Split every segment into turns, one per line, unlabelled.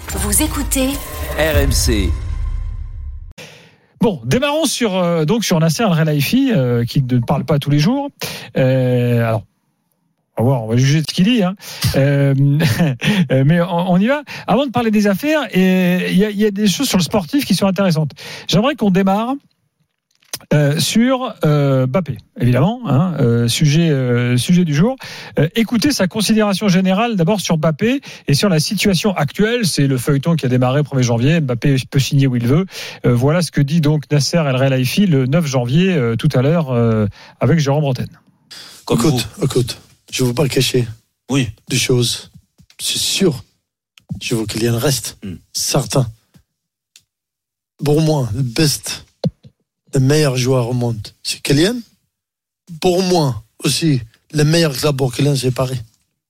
Vous écoutez
RMC.
Bon, démarrons sur Nasser Al-Khelaifi qui ne parle pas tous les jours. Alors, on va juger de ce qu'il dit. Mais on y va. Avant de parler des affaires, il y a des choses sur le sportif qui sont intéressantes. J'aimerais qu'on démarre sur Mbappé, évidemment, sujet du jour. Écoutez sa considération générale d'abord sur Mbappé et sur la situation actuelle. C'est le feuilleton qui a démarré 1er janvier. Mbappé peut signer où il veut. Voilà ce que dit donc Nasser El-Khelaifi le 9 janvier tout à l'heure avec Jérôme Bretagne.
Écoute, je ne veux pas cacher des choses. C'est sûr, je veux qu'il y en reste. Certain. Pour moi, le meilleur joueur au monde, c'est Kylian. Pour moi aussi, le meilleur club pour Kylian, c'est Paris.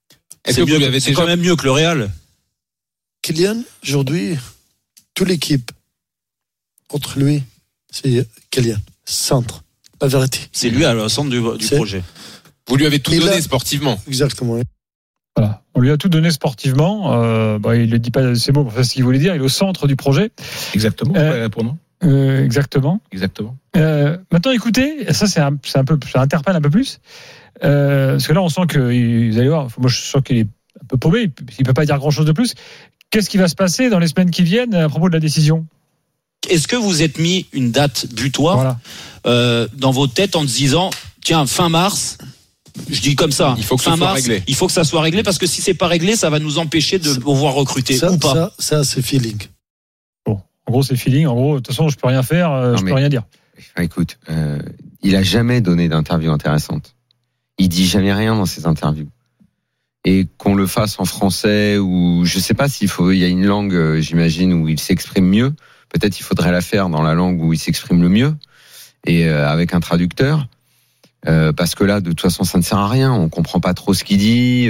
C'est quand même mieux que le Real.
Kylian, aujourd'hui, toute l'équipe contre lui, c'est Kylian. Centre, la vérité.
C'est lui à le centre du projet.
Vous lui avez tout donné sportivement.
Exactement.
Voilà. On lui a tout donné sportivement. Il ne dit pas ces mots pour faire ce qu'il voulait dire. Il est au centre du projet.
Exactement. Pour nous.
Exactement. Maintenant, écoutez, ça ça interpelle un peu plus, parce que là, on sent que vous allez voir. Moi, je sens qu'il est un peu paumé. Il peut pas dire grand chose de plus. Qu'est-ce qui va se passer dans les semaines qui viennent à propos de la décision?
Est-ce que vous êtes mis une date butoir dans vos têtes en disant tiens, fin mars? Je dis comme ça.
Il faut que
fin
ce soit
mars,
réglé.
il faut que ça soit réglé parce que si c'est pas réglé, ça va nous empêcher de pouvoir recruter ou pas.
Ça, c'est feeling.
En gros, c'est feeling. En gros, de toute façon, je peux rien faire, je peux rien dire.
Écoute, il a jamais donné d'interview intéressante. Il dit jamais rien dans ses interviews. Et qu'on le fasse en français ou je sais pas il y a une langue, j'imagine, où il s'exprime mieux. Peut-être il faudrait la faire dans la langue où il s'exprime le mieux et avec un traducteur. Parce que là, de toute façon, ça ne sert à rien. On comprend pas trop ce qu'il dit.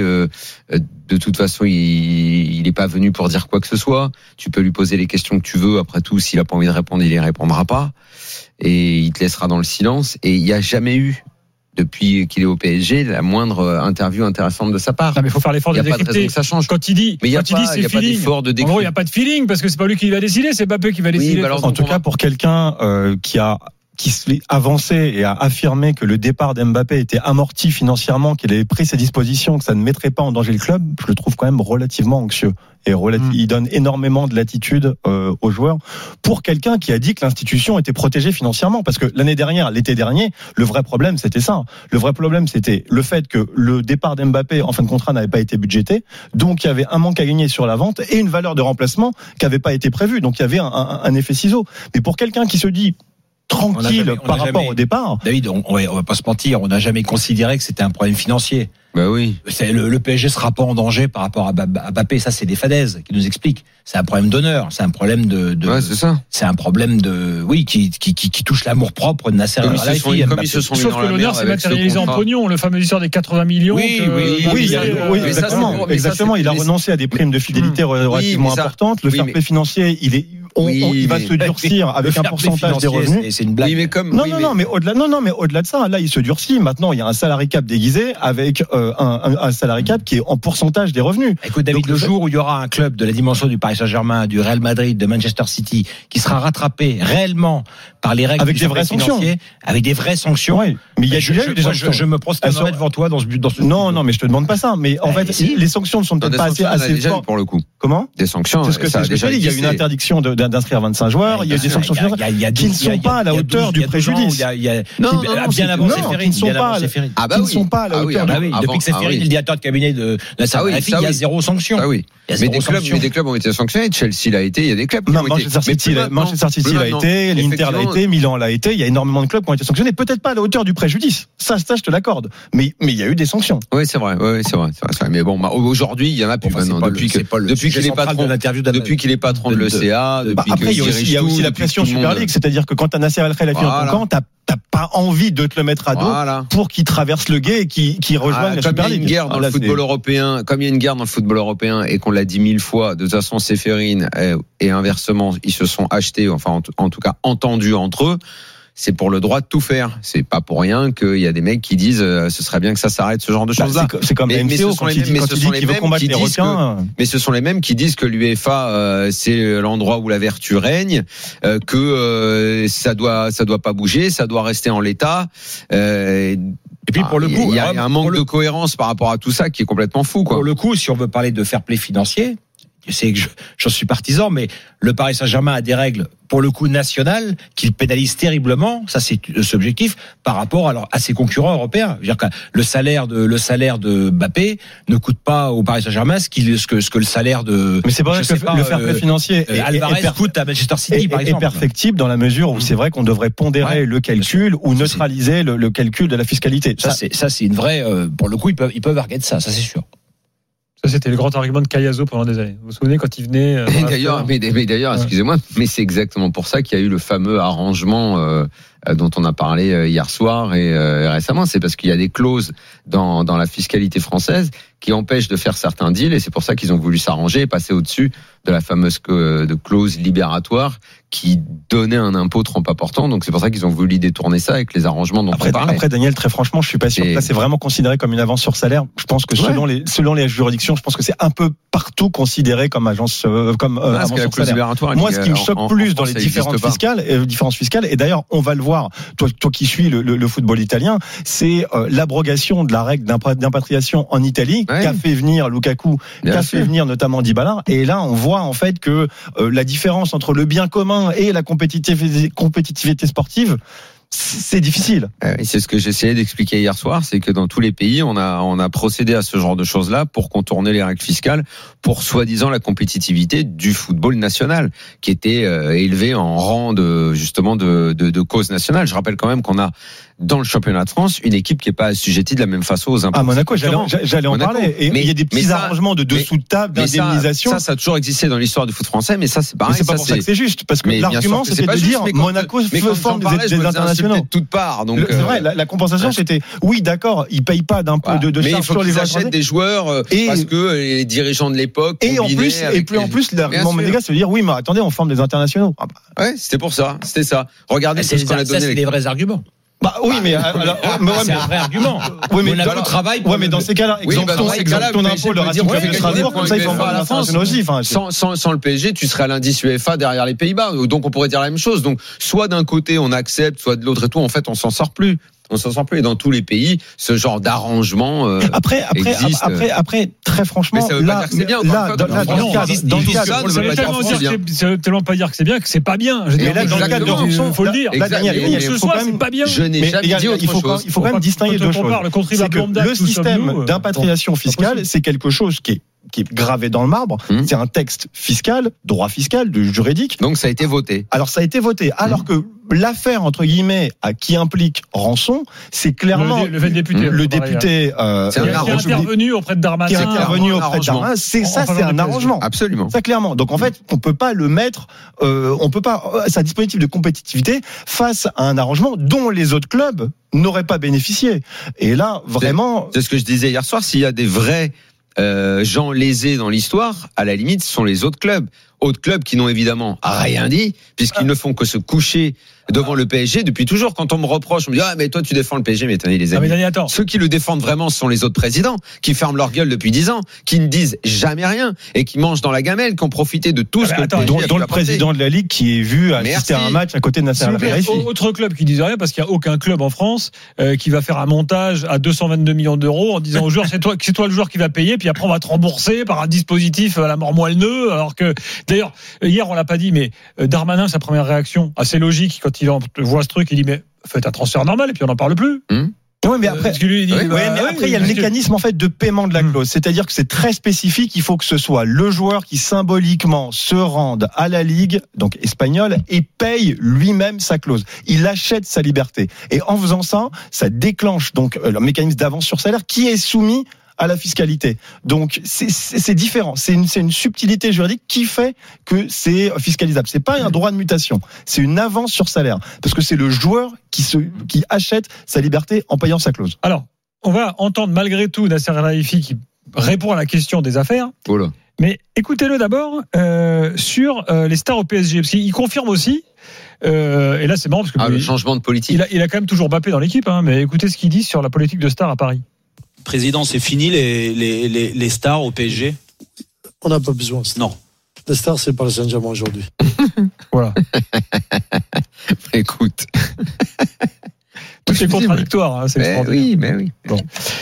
De toute façon, il est pas venu pour dire quoi que ce soit. Tu peux lui poser les questions que tu veux. Après tout, s'il a pas envie de répondre, il les répondra pas. Et il te laissera dans le silence. Et il y a jamais eu, depuis qu'il est au PSG, la moindre interview intéressante de sa part.
Non, mais il faut faire l'effort de décrypter.
Il y a pas de raison que ça change.
Quand il dit, c'est feeling.
Pas d'effort de
En gros, il n'y a pas de feeling parce que c'est pas lui qui va décider, c'est Mbappé qui va décider.
En tout cas, pour quelqu'un qui s'est avancé et a affirmé que le départ d'Mbappé était amorti financièrement, qu'il avait pris ses dispositions, que ça ne mettrait pas en danger le club, je le trouve quand même relativement anxieux. Et il donne énormément de latitude aux joueurs pour quelqu'un qui a dit que l'institution était protégée financièrement. Parce que l'été dernier, le vrai problème, c'était ça. Le vrai problème, c'était le fait que le départ d'Mbappé en fin de contrat n'avait pas été budgété. Donc, il y avait un manque à gagner sur la vente et une valeur de remplacement qui n'avait pas été prévue. Donc, il y avait un effet ciseau. Mais pour quelqu'un qui se dit tranquille par rapport au départ.
David, on va pas se mentir, on n'a jamais considéré que c'était un problème financier.
Bah oui.
Le PSG sera pas en danger par rapport à Mbappé. Ça, c'est des fadaises qui nous expliquent. C'est un problème d'honneur. C'est un problème
ouais, c'est ça.
C'est un problème qui touche l'amour propre de Nasser Al-Khelaifi.
Sauf que l'honneur s'est matérialisé en pognon. Le fameux histoire des 80 millions.
Oui, exactement. Il a renoncé à des primes de fidélité relativement importantes. Le fair play financier, il va se durcir avec un pourcentage des revenus.
C'est une blague.
Oui,
mais au-delà de ça, là, il se durcit. Maintenant, il y a un salary cap déguisé avec un salary cap qui est en pourcentage des revenus.
Écoute, David, le jour où il y aura un club de la dimension du Paris Saint-Germain, du Real Madrid, de Manchester City, qui sera rattrapé réellement par les règles
avec des vraies sanctions,
avec des vraies sanctions.
Oui, mais il y a eu des sanctions.
Je me prosternerai devant toi dans ce but.
Non, mais je te demande pas ça. Mais en fait, les sanctions ne sont peut-être pas assez fortes
pour le coup.
Comment?
Des sanctions.
C'est ce que je dis. Il y a une interdiction d'inscrire 25 joueurs. Il y a des sanctions financières qui ne sont pas à la hauteur du préjudice.
Bien avant Séphérine, qui
ne sont pas à la hauteur.
Depuis que Séphérine est le directeur de cabinet de Nasser Al-Khelaifi, il y a zéro sanction.
Ah oui. Mais des clubs ont été sanctionnés. Chelsea l'a été. Il y a des clubs qui ont été.
Manchester City l'a été, l'Inter l'a été, Milan l'a été. Il y a énormément de clubs qui ont été sanctionnés. Peut-être pas à la hauteur du préjudice. Ça, je te l'accorde. Mais il y a eu des sanctions.
Oui, c'est vrai. Mais bon, aujourd'hui, il y en a plus maintenant. Depuis qu'il est patron de l'ECA.
Après, il y a aussi la pression Super League. C'est-à-dire que quand t'as Nasser Al-Khelaifi dans ton camp, t'as pas envie de te le mettre à dos pour qu'il traverse le gué et qu'il rejoigne la Super League.
Comme il y a une guerre dans le football européen et qu'on l'a dit 1000 fois, de toute façon, Séphérine et inversement, ils se sont achetés, enfin, en tout cas, entendus entre eux. c'est pour le droit de tout faire. C'est pas pour rien qu'il y a des mecs qui disent ce serait bien que ça s'arrête, ce genre de choses-là.
C'est comme la MCO quand il dit qu'il veut combattre les requins.
Mais ce sont les mêmes qui disent que l'UEFA c'est l'endroit où la vertu règne, que ça doit pas bouger, ça doit rester en l'état. Et puis pour le coup, il y a un manque de cohérence par rapport à tout ça qui est complètement fou, quoi.
Pour le coup, si on veut parler de fair play financier, je sais que j'en suis partisan, mais le Paris Saint-Germain a des règles, pour le coup, nationales, qu'il pénalise terriblement, ça c'est subjectif, par rapport à ses concurrents européens. Je veux dire que le salaire de Mbappé ne coûte pas au Paris Saint-Germain ce que le salaire de...
Mais c'est pas vrai que le fair play financier
Alvarez coûte à Manchester City, par exemple.
Est perfectible dans la mesure où c'est vrai qu'on devrait pondérer le calcul ou neutraliser le calcul de la fiscalité.
Ça c'est une vraie... Pour le coup, ils peuvent arguer de ça c'est sûr.
Ça, c'était le grand argument de Cayazo pendant des années. Vous vous souvenez quand il venait
D'ailleurs, excusez-moi, mais c'est exactement pour ça qu'il y a eu le fameux arrangement dont on a parlé hier soir et récemment. C'est parce qu'il y a des clauses dans la fiscalité française qui empêchent de faire certains deals et c'est pour ça qu'ils ont voulu s'arranger et passer au-dessus de la fameuse clause libératoire qui donnait un impôt trop important. Donc c'est pour ça qu'ils ont voulu détourner ça avec les arrangements dont on parlait.
Après, Daniel, très franchement, je suis pas sûr que là c'est vraiment considéré comme une avance sur salaire. Je pense que selon les juridictions, je pense que c'est un peu partout considéré comme avance sur salaire. Moi, ce qui me choque plus dans les différences fiscales, et d'ailleurs on va le voir, toi qui suis le football italien, c'est l'abrogation de la règle d'impatriation en Italie qu'a fait venir Lukaku, qu'a fait venir notamment Dybala. Et là, on voit en fait que la différence entre le bien commun et la compétitivité sportive, c'est difficile.
C'est ce que j'essayais d'expliquer hier soir, c'est que dans tous les pays, on a procédé à ce genre de choses-là pour contourner les règles fiscales, pour soi-disant la compétitivité du football national, qui était élevé en rang de cause nationale. Je rappelle quand même qu'on a dans le championnat de France une équipe qui n'est pas assujettie de la même façon aux impôts.
À Monaco, j'allais en parler. Et il y a des petits arrangements de dessous de table, d'indemnisation.
Ça a toujours existé dans l'histoire du foot français, mais ça c'est pareil.
Mais c'est pas pour ça que c'est juste, parce que l'argument c'était de dire Monaco forme des internationaux.
Toutes parts. Donc
c'est vrai, la compensation c'était oui, d'accord, ils payent pas d'impôts de charges sur les
achètent des joueurs parce que les dirigeants de l'époque
et en plus l'argument monégasque c'est de dire oui, mais attendez, on forme des internationaux.
Ouais, c'était pour ça, c'était ça. Regardez ce qu'on a donné.
C'est des vrais arguments.
Bah oui, mais
c'est un vrai argument.
Oui, mais
Monaco travaille.
Ouais, mais dans ces cas-là, ton impôt le Racing Club de Strasbourg, comme ça ils font pas la France aussi.
Sans le PSG, tu serais à l'indice UEFA derrière les Pays-Bas. Donc on pourrait dire la même chose. Donc soit d'un côté on accepte, soit de l'autre et tout. En fait, on s'en sort plus. Et dans tous les pays, ce genre d'arrangement
après, très franchement,
mais ça veut pas dire que c'est bien.
Ça veut tellement pas dire que c'est bien que c'est pas bien.
Mais là, dans le cadre de rançon,
faut le dire.
Ce soir,
c'est pas bien.
Je n'ai jamais dit autre chose.
Il faut quand même distinguer deux choses. Le système d'impatriation fiscale, c'est quelque chose qui est gravé dans le marbre. C'est un texte fiscal, droit fiscal, juridique.
Donc ça a été voté.
Alors ça a été voté. Alors que l'affaire entre guillemets qui implique rançon, c'est clairement le député
qui est intervenu auprès de Darmanin.
C'est un arrangement.
Absolument.
Ça clairement. Donc en fait, on peut pas le mettre. On peut pas. Sa dispositif de compétitivité face à un arrangement dont les autres clubs n'auraient pas bénéficié. Et là, vraiment.
C'est ce que je disais hier soir. S'il y a des vrais gens lésés dans l'histoire, à la limite, ce sont les autres clubs. Autres clubs qui n'ont évidemment rien dit, puisqu'ils ne font que se coucher devant le PSG depuis toujours. Quand on me reproche, on me dit mais toi tu défends le PSG, mais attendez les amis. Ceux qui le défendent vraiment ce sont les autres présidents qui ferment leur gueule depuis 10 ans, qui ne disent jamais rien et qui mangent dans la gamelle, qui ont profité de tout ce que le PSG
dont le président de la Ligue qui est vu assister à un match à côté de Nasser Al-Khelaifi.
Autre club qui disent rien parce qu'il n'y a aucun club en France qui va faire un montage à 222 millions d'euros en disant aux joueurs c'est toi le joueur qui va payer, puis après on va te rembourser par un dispositif à la mort moelle-neu, alors que d'ailleurs hier on l'a pas dit, mais Darmanin, sa première réaction assez logique quand il voit ce truc, il dit mais faites un transfert normal et puis on n'en parle plus.
Oui, mais après, il y a le mécanisme en fait de paiement de la clause, c'est-à-dire que c'est très spécifique. Il faut que ce soit le joueur qui symboliquement se rende à la Ligue, donc espagnole, et paye lui-même sa clause. Il achète sa liberté, et en faisant ça, ça déclenche donc le mécanisme d'avance sur salaire qui est soumis à la fiscalité. Donc c'est différent. C'est une subtilité juridique qui fait que c'est fiscalisable. C'est pas un droit de mutation. C'est une avance sur salaire parce que c'est le joueur qui achète sa liberté en payant sa clause.
Alors, on va entendre malgré tout Nasser Al-Khelaifi qui répond à la question des affaires.
Voilà.
Mais écoutez-le d'abord sur les stars au PSG, parce qu'il confirme aussi Et là, c'est marrant parce que
le changement de politique.
Il a quand même toujours Mbappé dans l'équipe, hein, mais écoutez ce qu'il dit sur la politique de stars à Paris.
Président, c'est fini les stars au PSG?
On n'a pas besoin.
Non.
Les stars, c'est pas le Saint-Germain aujourd'hui.
Voilà.
Écoute.
Tout est contradictoire, hein, c'est extraordinaire.
Mais oui.
Bon.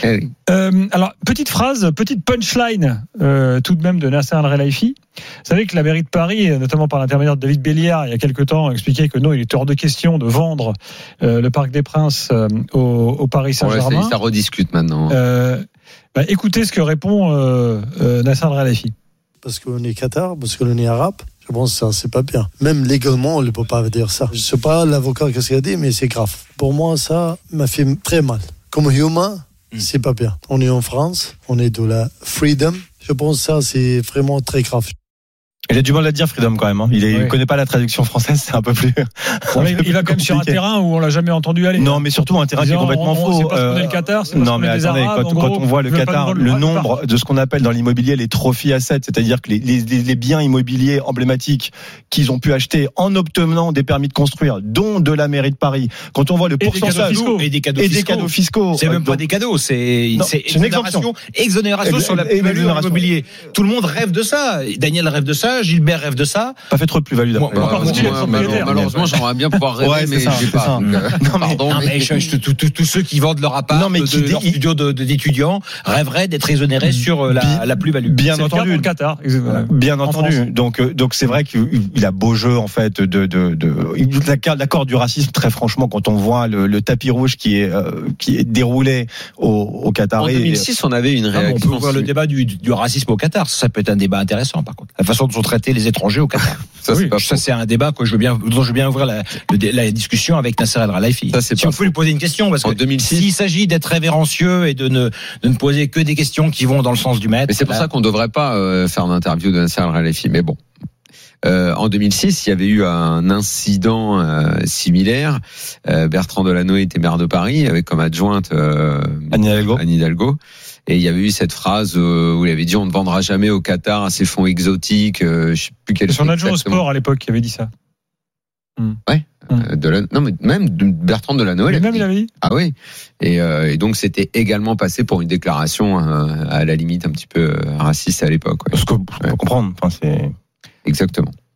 Alors, petite phrase, petite punchline tout de même de Nasser Al-Khelaifi. Vous savez que la mairie de Paris, notamment par l'intermédiaire de David Béliard, il y a quelque temps, expliquait que non, il était hors de question de vendre le Parc des Princes au Paris Saint-Germain.
Ça rediscute maintenant.
Écoutez ce que répond Nasser Al-Khelaifi.
Parce qu'on est Qatar, parce qu'on est arabe. Je pense que ça, c'est pas bien. Même légalement, on ne peut pas dire ça. Je ne sais pas l'avocat qu'est-ce qu'il a dit, mais c'est grave. Pour moi, ça m'a fait très mal. Comme humain, c'est pas bien. On est en France, on est de la freedom. Je pense que ça, c'est vraiment très grave.
Il a du mal à dire freedom quand même. Hein. Il ne connaît pas la traduction française, c'est un peu plus.
Il va quand même sur un terrain où on l'a jamais entendu aller.
Non, mais surtout un terrain qui est complètement faux.
C'est parce qu'on est le Qatar, c'est parce
non,
qu'on
mais
est des
attendez,
Arabes,
quand on voit le Qatar, le nombre de ce qu'on appelle dans l'immobilier les trophy assets, c'est-à-dire que les biens immobiliers emblématiques qu'ils ont pu acheter en obtenant des permis de construire, dont de la mairie de Paris. Quand on voit le pourcentage
et des cadeaux fiscaux. C'est même pas des cadeaux, c'est une exonération sur la plus-value immobilier. Tout le monde rêve de ça. Daniel rêve de ça, Gilbert rêve de ça.
Pas fait trop de plus-value d'après.
Malheureusement, j'aimerais bien pouvoir rêver, mais j'ai pas.
Pardon. Tous ceux qui vendent leur appart, leur studio d'étudiants rêveraient d'être exonérés sur la plus-value.
Bien entendu.
Le Qatar.
Bien entendu. Donc c'est vrai qu'il a beau jeu en fait l'accord du racisme. Très franchement, quand on voit le tapis rouge qui est déroulé au Qatar.
En 2006, on avait une réaction.
On peut voir le débat du racisme au Qatar. Ça peut être un débat intéressant, par contre. La façon dont sont traités les étrangers au Qatar. Ça c'est un débat dont je veux bien ouvrir la discussion avec Nasser Al-Khelaifi. Si on peut lui poser une question, parce que s'il s'agit d'être révérencieux et de ne poser que des questions qui vont dans le sens du maître.
Mais c'est pour ça qu'on ne devrait pas faire d'interview de Nasser Al-Khelaifi. Mais bon. En 2006, il y avait eu un incident similaire. Bertrand Delanoë était maire de Paris avec comme adjointe Anne Hidalgo. Et il y avait eu cette phrase où il avait dit on ne vendra jamais au Qatar à ces fonds exotiques. Je sais plus quel.
C'est son adjoint au sport à l'époque qui avait dit ça.
Ouais. Non mais même Bertrand Delanoë.
Lui-même il avait dit.
Ah oui. Et donc c'était également passé pour une déclaration à la limite un petit peu raciste à l'époque.
Ouais. Ce qu'on peut comprendre. Enfin, c'est
exactement.